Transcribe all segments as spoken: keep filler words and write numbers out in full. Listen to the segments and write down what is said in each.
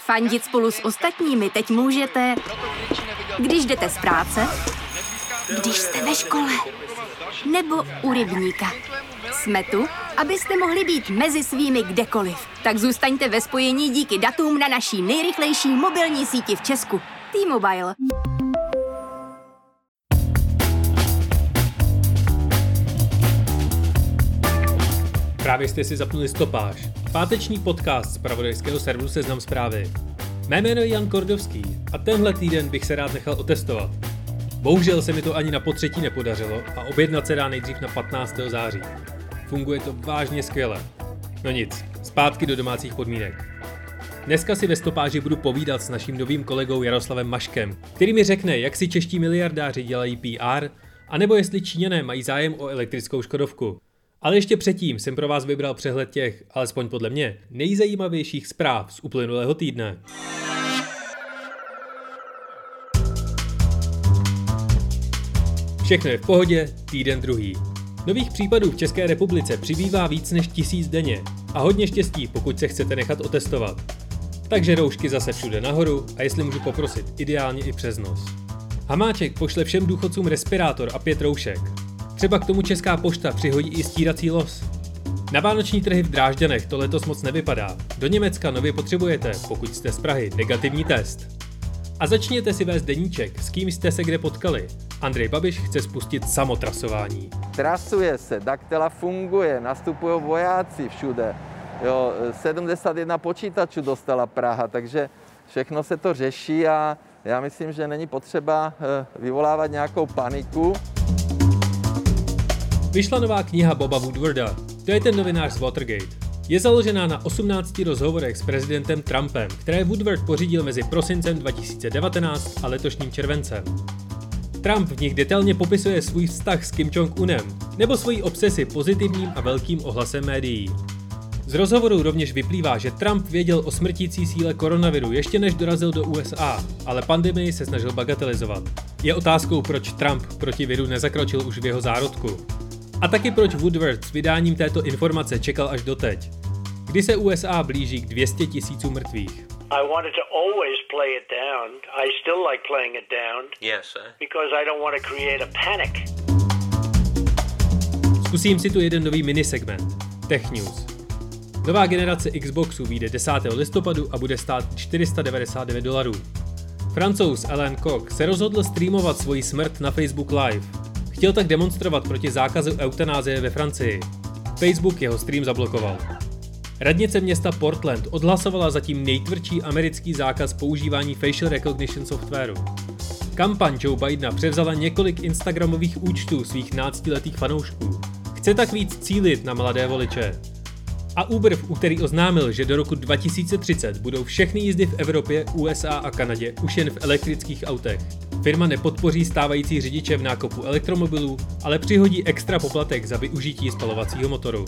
Fandit spolu s ostatními teď můžete, když jdete z práce, když jste ve škole, nebo u rybníka. Jsme tu, abyste mohli být mezi svými kdekoliv. Tak zůstaňte ve spojení díky datům na naší nejrychlejší mobilní síti v Česku. T-Mobile. Právě jste si zapnuli Stopáž, páteční podcast z zpravodajského serveru Seznam Zprávy. Mé jméno je Jan Kordovský a tenhle týden bych se rád nechal otestovat. Bohužel se mi to ani na potřetí nepodařilo a objednat se dá nejdřív na patnáctého září. Funguje to vážně skvěle. No nic, zpátky do domácích podmínek. Dneska si ve Stopáži budu povídat s naším novým kolegou Jaroslavem Maškem, který mi řekne, jak si čeští miliardáři dělají P R, anebo jestli Číňané mají zájem o elektrickou Škodovku. Ale ještě předtím jsem pro vás vybral přehled těch, alespoň podle mě, nejzajímavějších zpráv z uplynulého týdne. Všechno je v pohodě, týden druhý. Nových případů v České republice přibývá víc než tisíc denně a hodně štěstí, pokud se chcete nechat otestovat. Takže roušky zase všude nahoru a jestli můžu poprosit, ideálně i přes nos. Hamáček pošle všem důchodcům respirátor a pět roušek. Třeba k tomu Česká pošta přihodí i stírací los. Na vánoční trhy v Drážďanech to letos moc nevypadá. Do Německa nově potřebujete, pokud jste z Prahy, negativní test. A začněte si vést deníček, s kým jste se kde potkali. Andrej Babiš chce spustit samotrasování. Trasuje se, daktela funguje, nastupují vojáci všude. Jo, sedmdesát jedna počítačů dostala Praha, takže všechno se to řeší a já myslím, že není potřeba vyvolávat nějakou paniku. Vyšla nová kniha Boba Woodwarda, to je ten novinář z Watergate. Je založená na osmnácti rozhovorech s prezidentem Trumpem, které Woodward pořídil mezi prosincem dva tisíce devatenáct a letošním červencem. Trump v nich detailně popisuje svůj vztah s Kim Jong-unem nebo svoji obsesi pozitivním a velkým ohlasem médií. Z rozhovoru rovněž vyplývá, že Trump věděl o smrtící síle koronaviru ještě než dorazil do U S A, ale pandemii se snažil bagatelizovat. Je otázkou, proč Trump proti viru nezakročil už v jeho zárodku. A taky proč Woodward s vydáním této informace čekal až doteď, kdy se U S A blíží k dvě stě tisícům mrtvých. I wanted to always play it down. I still like playing it down. Yes, sir. Because I don't want to create a panic. Zkusím si tu jeden nový minisegment. Tech News. Nová generace Xboxu vyjde desátého listopadu a bude stát čtyři sta devadesát devět dolarů. Francouz Alain Koch se rozhodl streamovat svoji smrt na Facebook Live. Chtěl tak demonstrovat proti zákazu eutanázie ve Francii. Facebook jeho stream zablokoval. Radnice města Portland odhlasovala zatím nejtvrdší americký zákaz používání facial recognition softwaru. Kampaň Joe Bidena převzala několik instagramových účtů svých náctiletých fanoušků. Chce tak víc cílit na mladé voliče. A Uber v úterý oznámil, že do roku dva tisíce třicet budou všechny jízdy v Evropě, U S A a Kanadě už jen v elektrických autech. Firma nepodpoří stávající řidiče v nákupu elektromobilů, ale přihodí extra poplatek za využití spalovacího motoru.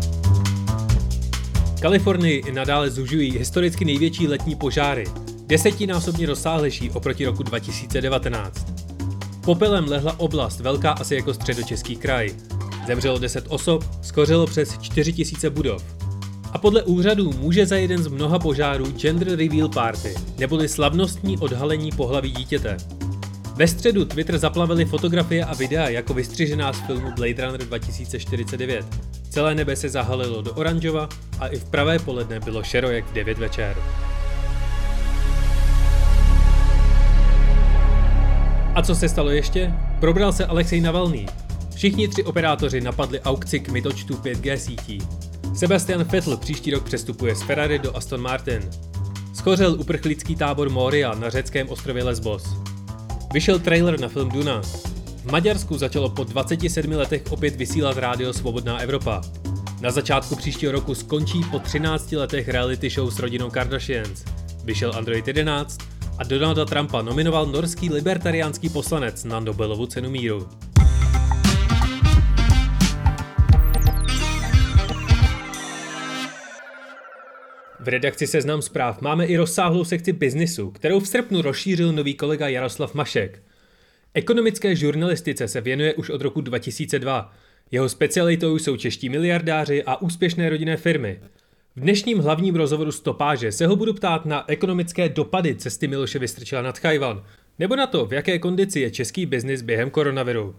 Kalifornii i nadále zužují historicky největší letní požáry, desetinásobně rozsáhlejší oproti roku dva tisíce devatenáct. Popelem lehla oblast velká asi jako středočeský kraj. Zemřelo deset osob, schořelo přes čtyři tisíce budov. A podle úřadů může za jeden z mnoha požárů gender reveal party, neboli slavnostní odhalení pohlaví dítěte. Ve středu Twitter zaplavily fotografie a videa jako vystřižená z filmu Blade Runner dva tisíce čtyřicet devět. Celé nebe se zahalilo do oranžova a i v pravé poledne bylo šero jak v devět večer. A co se stalo ještě? Probral se Alexej Navalný. Všichni tři operátoři napadli aukci k mytočtu pět G sítí. Sebastian Vettel příští rok přestupuje z Ferrari do Aston Martin. Schořel uprchlický tábor Moria na řeckém ostrově Lesbos. Vyšel trailer na film Duna. V Maďarsku začalo po dvaceti sedmi letech opět vysílat rádio Svobodná Evropa. Na začátku příštího roku skončí po třinácti letech reality show s rodinou Kardashians. Vyšel Android jedenáct a Donalda Trumpa nominoval norský libertariánský poslanec na Nobelovu cenu míru. V redakci Seznam Zpráv máme i rozsáhlou sekci biznisu, kterou v srpnu rozšířil nový kolega Jaroslav Mašek. Ekonomické žurnalistice se věnuje už od roku dva tisíce dva. Jeho specialitou jsou čeští miliardáři a úspěšné rodinné firmy. V dnešním hlavním rozhovoru Stopáže se ho budu ptát na ekonomické dopady cesty Miloše Vystrčila nad Tchaj-wan, nebo na to, v jaké kondici je český biznis během koronaviru.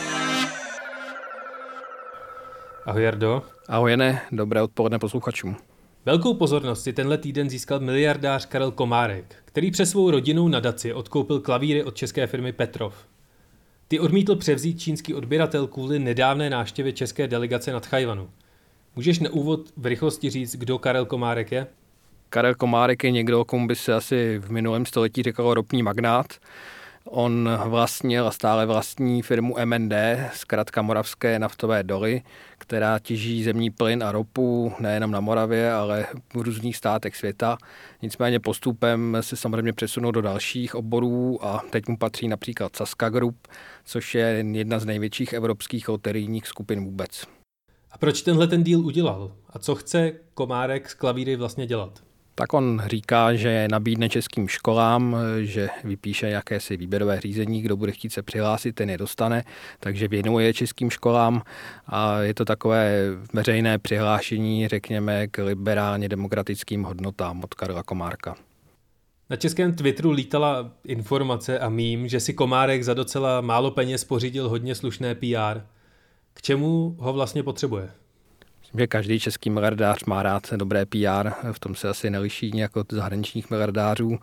Ahoj Jardo. Ahoj Jene, dobré odpoledne posluchačům. Velkou pozornost si tenhle týden získal miliardář Karel Komárek, který přes svou rodinnou nadaci odkoupil klavíry od české firmy Petrov. Ty odmítl převzít čínský odběratel kvůli nedávné návštěvě české delegace na Tchaj-wanu. Můžeš na úvod v rychlosti říct, kdo Karel Komárek je? Karel Komárek je někdo, komu by se asi v minulém století říkalo ropný magnát. On vlastnil a stále vlastní firmu M N D, zkrátka Moravské naftové doly, která těží zemní plyn a ropu nejenom na Moravě, ale v různých státech světa. Nicméně postupem se samozřejmě přesunul do dalších oborů a teď mu patří například Sazka Group, což je jedna z největších evropských loterijních skupin vůbec. A proč tenhle ten deal udělal? A co chce Komárek s klavíry vlastně dělat? Tak on říká, že nabídne českým školám, že vypíše jakési výběrové řízení, kdo bude chtít se přihlásit, ten je dostane, takže věnuje českým školám a je to takové veřejné přihlášení, řekněme, k liberálně demokratickým hodnotám od Karla Komárka. Na českém Twitteru lítala informace a mím, že si Komárek za docela málo peněz pořídil hodně slušné P R. K čemu ho vlastně potřebuje? Že každý český miliardář má rád dobré P R, v tom se asi neliší nějak od zahraničních miliardářů.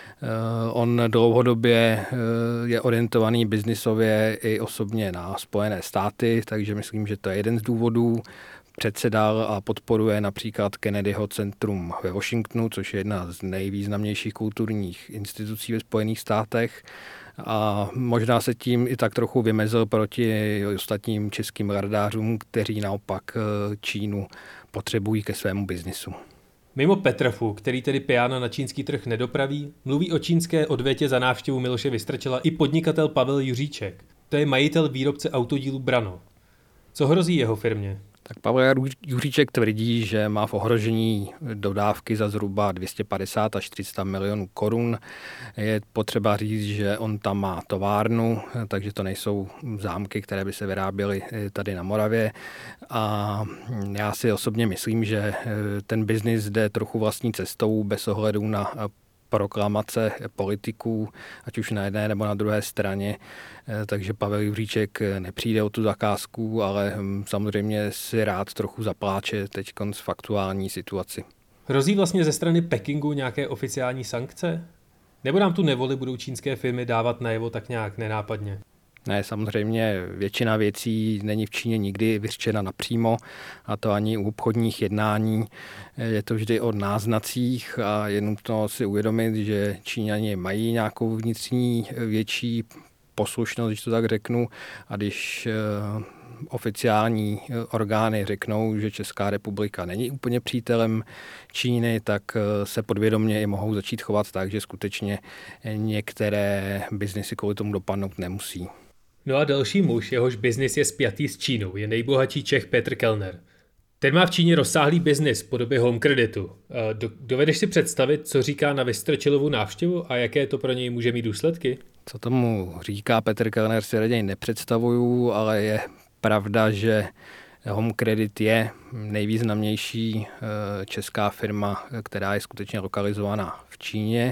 On dlouhodobě je orientovaný biznisově i osobně na Spojené státy, takže myslím, že to je jeden z důvodů. Předsedal a podporuje například Kennedyho centrum ve Washingtonu, což je jedna z nejvýznamnějších kulturních institucí ve Spojených státech. A možná se tím i tak trochu vymezil proti ostatním českým miliardářům, kteří naopak Čínu potřebují ke svému biznisu. Mimo Petrovu, který tedy pijána na čínský trh nedopraví, mluví o čínské odvětě za návštěvu Miloše Vystrčila i podnikatel Pavel Juříček. To je majitel výrobce autodílů Brano. Co hrozí jeho firmě? Tak Pavel Juříček tvrdí, že má v ohrožení dodávky za zhruba dvě stě padesát až tři sta milionů korun. Je potřeba říct, že on tam má továrnu, takže to nejsou zámky, které by se vyráběly tady na Moravě. A já si osobně myslím, že ten biznis jde trochu vlastní cestou bez ohledu na proklamace politiků, ať už na jedné nebo na druhé straně. Takže Pavel Juříček nepřijde o tu zakázku, ale samozřejmě si rád trochu zapláče teď v aktuální situaci. Hrozí vlastně ze strany Pekingu nějaké oficiální sankce? Nebo nám tu nevoli budou čínské firmy dávat najevo tak nějak nenápadně? Ne, samozřejmě většina věcí není v Číně nikdy vyřčena napřímo, a to ani u obchodních jednání. Je to vždy o náznacích a je nutno si uvědomit, že Číňani mají nějakou vnitřní větší poslušnost, když to tak řeknu, a když oficiální orgány řeknou, že Česká republika není úplně přítelem Číny, tak se podvědomě i mohou začít chovat tak, že skutečně některé biznesy kvůli tomu dopadnout nemusí. No a další muž, jehož biznis je spjatý s Čínou, je nejbohatší Čech Petr Kellner. Ten má v Číně rozsáhlý biznis v podobě home kreditu. Dovedeš si představit, co říká na Vystrčilovu návštěvu a jaké to pro něj může mít důsledky? Co tomu říká Petr Kellner, si raději nepředstavuju, ale je pravda, že Home Credit je nejvýznamnější česká firma, která je skutečně lokalizovaná v Číně.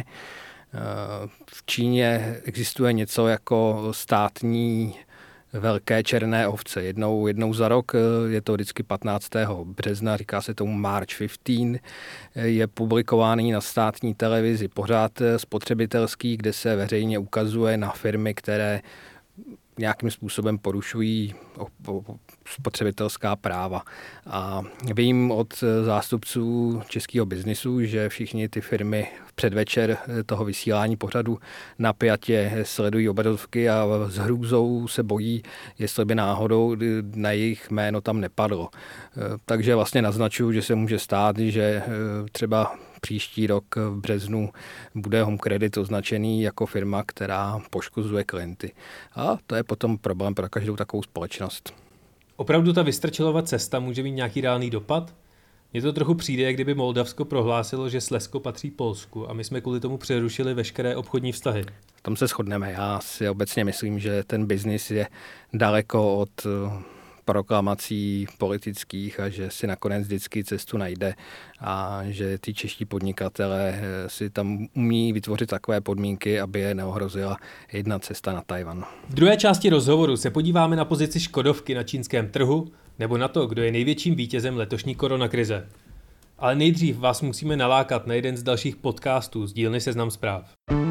V Číně existuje něco jako státní velké černé ovce. Jednou, jednou za rok, je to vždycky patnáctého března, říká se tomu March patnáct, je publikovaný na státní televizi pořád spotřebitelský, kde se veřejně ukazuje na firmy, které nějakým způsobem porušují spotřebitelská práva. A vím od zástupců českého biznisu, že všichni ty firmy v předvečer toho vysílání pořadu napjatě sledují obrazovky a s hrůzou se bojí, jestli by náhodou na jejich jméno tam nepadlo. Takže vlastně naznačuju, že se může stát, že třeba příští rok v březnu bude Home Credit označený jako firma, která poškozuje klienty. A to je potom problém pro každou takovou společnost. Opravdu ta Vystrčilova cesta může mít nějaký reálný dopad? Mně to trochu přijde, jak kdyby Moldavsko prohlásilo, že Slezsko patří Polsku a my jsme kvůli tomu přerušili veškeré obchodní vztahy. V tom se shodneme. Já si obecně myslím, že ten biznis je daleko od proklamací politických a že si nakonec vždycky cestu najde a že ty čeští podnikatelé si tam umí vytvořit takové podmínky, aby je neohrozila jedna cesta na Tajvan. V druhé části rozhovoru se podíváme na pozici Škodovky na čínském trhu nebo na to, kdo je největším vítězem letošní koronakrize. Ale nejdřív vás musíme nalákat na jeden z dalších podcastů z dílny Seznam zpráv.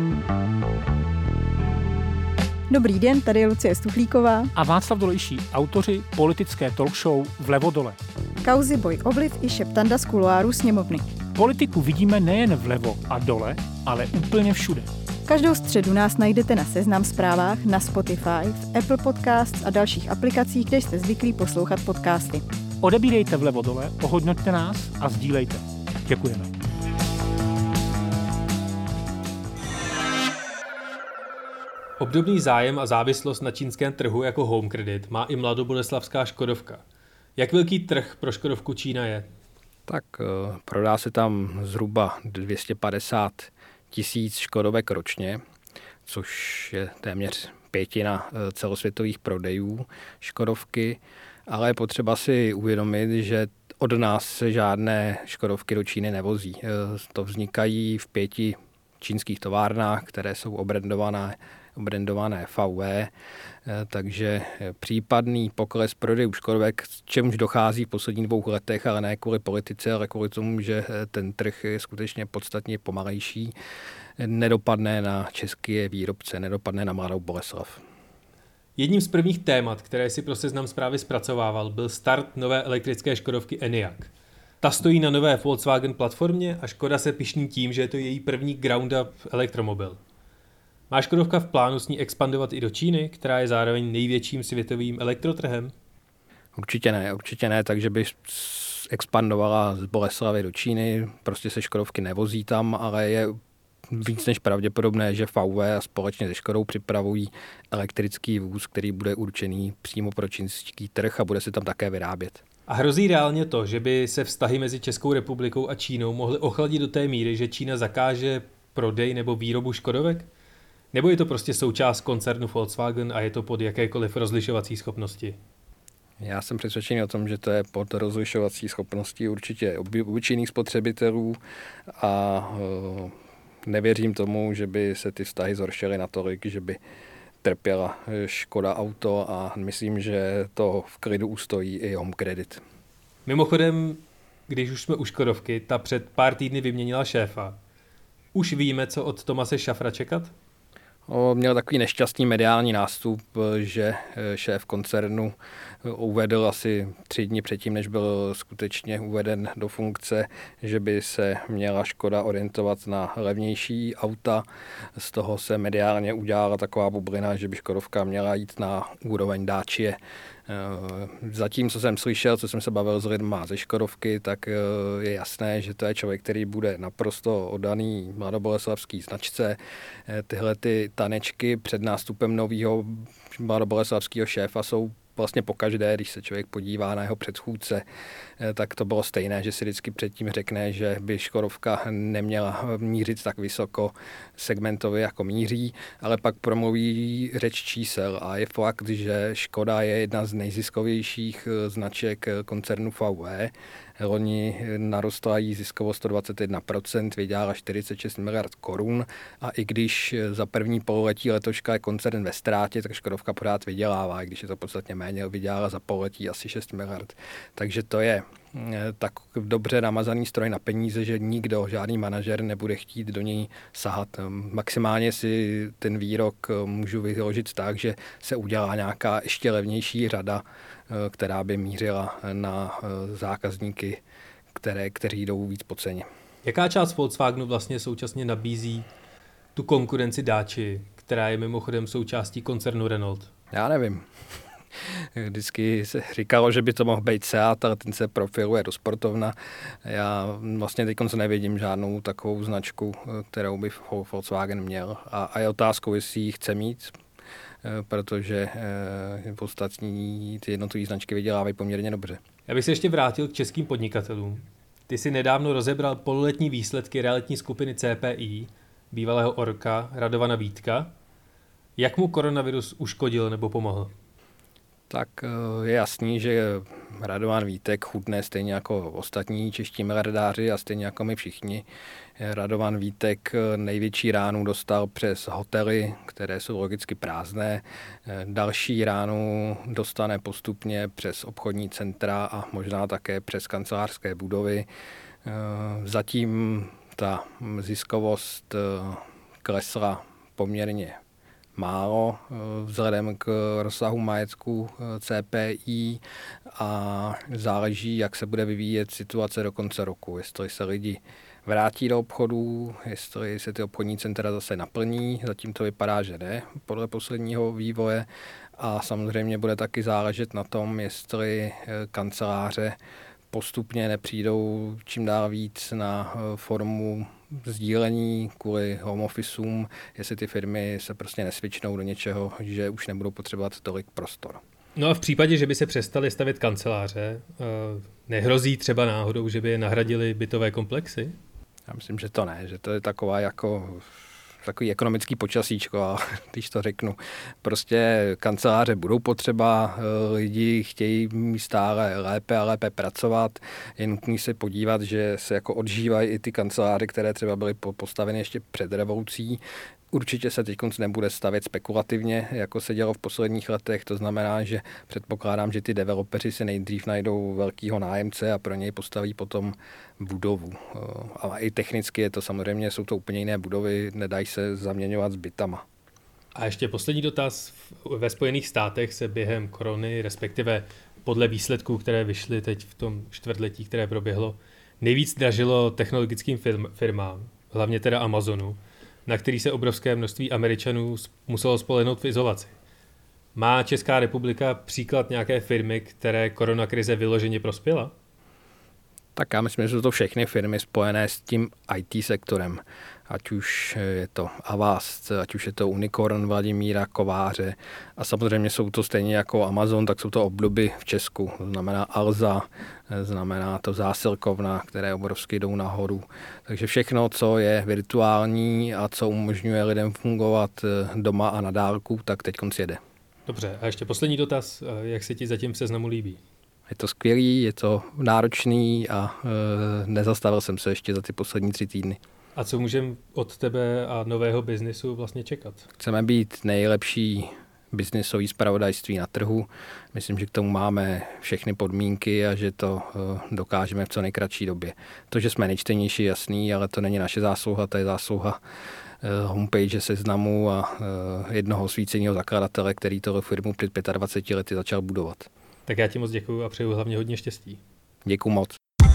Dobrý den, tady je Lucie Stuchlíková a Václav Dolejší, autoři politické talk show Vlevo dole. Kauzy Boj ovliv i šeptanda z kuloáru sněmovny. Politiku vidíme nejen vlevo a dole, ale úplně všude. Každou středu nás najdete na Seznam zprávách, na Spotify, v Apple Podcasts a dalších aplikacích, kde jste zvyklí poslouchat podcasty. Odebírejte Vlevo dole, ohodnoťte nás a sdílejte. Děkujeme. Obdobný zájem a závislost na čínském trhu jako Home Credit má i mladoboleslavská Škodovka. Jak velký trh pro Škodovku Čína je? Tak prodá se tam zhruba dvě stě padesát tisíc Škodovek ročně, což je téměř pětina celosvětových prodejů Škodovky, ale je potřeba si uvědomit, že od nás se žádné Škodovky do Číny nevozí. To vznikají v pěti čínských továrnách, které jsou obrandované obrandované V W, takže případný pokles prodejů Škodovek, čemuž dochází v posledních dvou letech, ale ne kvůli politice, ale kvůli tomu, že ten trh je skutečně podstatně pomalejší, nedopadne na české výrobce, nedopadne na Mladou Boleslav. Jedním z prvních témat, které si pro Seznam zprávy zpracovával, byl start nové elektrické Škodovky Enyaq. Ta stojí na nové Volkswagen platformě a Škoda se pyšní tím, že je to její první ground-up elektromobil. Má Škodovka v plánu s ní expandovat i do Číny, která je zároveň největším světovým elektrotrhem? Určitě ne, určitě ne, takže by expandovala z Boleslavy do Číny, prostě se Škodovky nevozí tam, ale je víc než pravděpodobné, že V W a společně se Škodou připravují elektrický vůz, který bude určený přímo pro čínský trh a bude se tam také vyrábět. A hrozí reálně to, že by se vztahy mezi Českou republikou a Čínou mohly ochladit do té míry, že Čína zakáže prodej nebo výrobu Škodovek? Nebo je to prostě součást koncernu Volkswagen a je to pod jakékoliv rozlišovací schopnosti? Já jsem přesvědčený o tom, že to je pod rozlišovací schopností určitě obyčejných spotřebitelů a nevěřím tomu, že by se ty vztahy zhoršily natolik, že by trpěla Škoda Auto a myslím, že to v klidu ustojí i Home Credit. Mimochodem, když už jsme u Škodovky, ta před pár týdny vyměnila šéfa. Už víme, co od Tomase Šafra čekat? O, měl takový nešťastný mediální nástup, že šéf koncernu uvedl asi tři dny předtím, než byl skutečně uveden do funkce, že by se měla Škoda orientovat na levnější auta. Z toho se mediálně udělala taková bublina, že by Škodovka měla jít na úroveň Dacia. Zatím, co jsem slyšel, co jsem se bavil s lidma ze Škodovky, tak je jasné, že to je člověk, který bude naprosto oddaný mladoboleslavský značce. Tyhle ty tanečky před nástupem nového mladoboleslavského šéfa jsou vlastně pokaždé, když se člověk podívá na jeho předchůdce, tak to bylo stejné, že si vždycky předtím řekne, že by Škodovka neměla mířit tak vysoko segmentově, jako míří, ale pak promluví řeč čísel a je fakt, že Škoda je jedna z nejziskovějších značek koncernu V W. Loni narostla jí ziskovost sto dvacet jedna procent, vydělala čtyřicet šest miliard korun a i když za první pololetí letoška je koncern ve ztrátě, tak Škodovka pořád vydělává, i když je to podstatně méně, vydělala za pololetí asi šest miliard. Takže to je tak dobře namazaný stroj na peníze, že nikdo, žádný manažer nebude chtít do něj sahat. Maximálně si ten výrok můžu vyložit tak, že se udělá nějaká ještě levnější řada, která by mířila na zákazníky, které, kteří jdou víc po ceně. Jaká část Volkswagenu vlastně současně nabízí tu konkurenci Dacia, která je mimochodem součástí koncernu Renault? Já nevím. Vždycky se říkalo, že by to mohl být Seat, ale ten se profiluje do sportovna. Já vlastně teď se nevidím žádnou takovou značku, kterou by Volkswagen měl. A, a je otázkou, jestli ji chce mít, protože v ostatní ty jednotlivé značky vydělávají poměrně dobře. Já bych se ještě vrátil k českým podnikatelům. Ty si nedávno rozebral pololetní výsledky realitní skupiny C P I, bývalého orka Radovana Vítka. Jak mu koronavirus uškodil nebo pomohl? Tak je jasný, že Radovan Vítek chudne stejně jako ostatní čeští miliardáři a stejně jako my všichni. Radovan Vítek největší ránu dostal přes hotely, které jsou logicky prázdné. Další ránu dostane postupně přes obchodní centra a možná také přes kancelářské budovy. Zatím ta ziskovost klesla poměrně málo vzhledem k rozsahu majetku C P I a záleží, jak se bude vyvíjet situace do konce roku. Jestli se lidi vrátí do obchodů, jestli se ty obchodní centra zase naplní, zatím to vypadá, že ne, podle posledního vývoje. A samozřejmě bude taky záležet na tom, jestli kanceláře postupně nepřijdou čím dál víc na formu sdílení kvůli home officeům, jestli ty firmy se prostě nesvičnou do něčeho, že už nebudou potřebovat tolik prostor. No a v případě, že by se přestaly stavět kanceláře, nehrozí třeba náhodou, že by je nahradily bytové komplexy? Já myslím, že to ne, že to je taková jako takový ekonomický počasíčko, a když to řeknu. Prostě kanceláře budou potřeba, lidi chtějí stále lépe a lépe pracovat. Je nutné se podívat, že se jako odžívají i ty kanceláře, které třeba byly postaveny ještě před revolucí. Určitě se teď nebude stavět spekulativně, jako se dělo v posledních letech. To znamená, že předpokládám, že ty developeři si nejdřív najdou velkýho nájemce a pro něj postaví potom budovu. Ale i technicky je to samozřejmě, jsou to úplně jiné budovy, nedají se zaměňovat s bytama. A ještě poslední dotaz. Ve Spojených státech se během korony, respektive podle výsledků, které vyšly teď v tom čtvrtletí, které proběhlo, nejvíc dražilo technologickým firmám, hlavně teda Amazonu, na který se obrovské množství Američanů muselo spolehnout v izolaci. Má Česká republika příklad nějaké firmy, které koronakrize vyloženě prospěla? Tak já myslím, že jsou to všechny firmy spojené s tím í té sektorem. Ať už je to Avast, ať už je to Unicorn Vladimíra Kováře a samozřejmě jsou to stejně jako Amazon, tak jsou to obdoby v Česku. To znamená Alza, znamená to zásilkovna, které obrovsky jdou nahoru. Takže všechno, co je virtuální a co umožňuje lidem fungovat doma a na dálku, tak teď konc jede. Dobře, a ještě poslední dotaz. Jak se ti zatím v Seznamu líbí? Je to skvělý, je to náročný a e, nezastavil jsem se ještě za ty poslední tři týdny. A co můžeme od tebe a nového biznisu vlastně čekat? Chceme být nejlepší biznisový zpravodajství na trhu. Myslím, že k tomu máme všechny podmínky a že to e, dokážeme v co nejkratší době. To, že jsme nejčtenější, jasný, ale to není naše zásluha, to je zásluha e, homepage Seznamu a e, jednoho osvíceného zakladatele, který tohle firmu před dvaceti pěti lety začal budovat. Tak já ti moc děkuju a přeju hlavně hodně štěstí. Děkuju moc.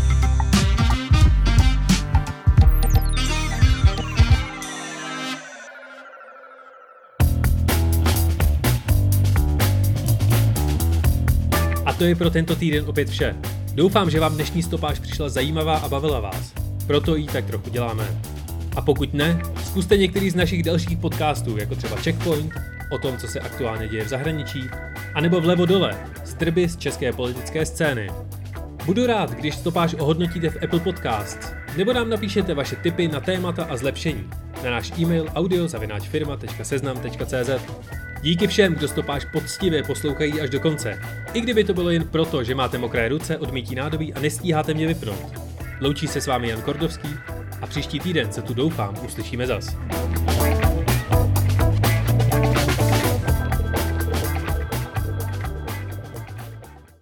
A to je pro tento týden opět vše. Doufám, že vám dnešní stopáž přišla zajímavá a bavila vás. Proto ji tak trochu děláme. A pokud ne, zkuste některý z našich dalších podcastů, jako třeba Checkpoint, o tom, co se aktuálně děje v zahraničí, anebo vlevo dole, strby z české politické scény. Budu rád, když stopáž ohodnotíte v Apple Podcasts, nebo nám napíšete vaše tipy na témata a zlepšení na náš e-mail audio zavináč firma tečka seznam tečka cé zet. Díky všem, kdo stopáž poctivě poslouchají až do konce. I kdyby to bylo jen proto, že máte mokré ruce od mytí nádobí a nestíháte mě vypnout. Loučí se s vámi Jan Kordovský a příští týden se tu doufám uslyšíme zas.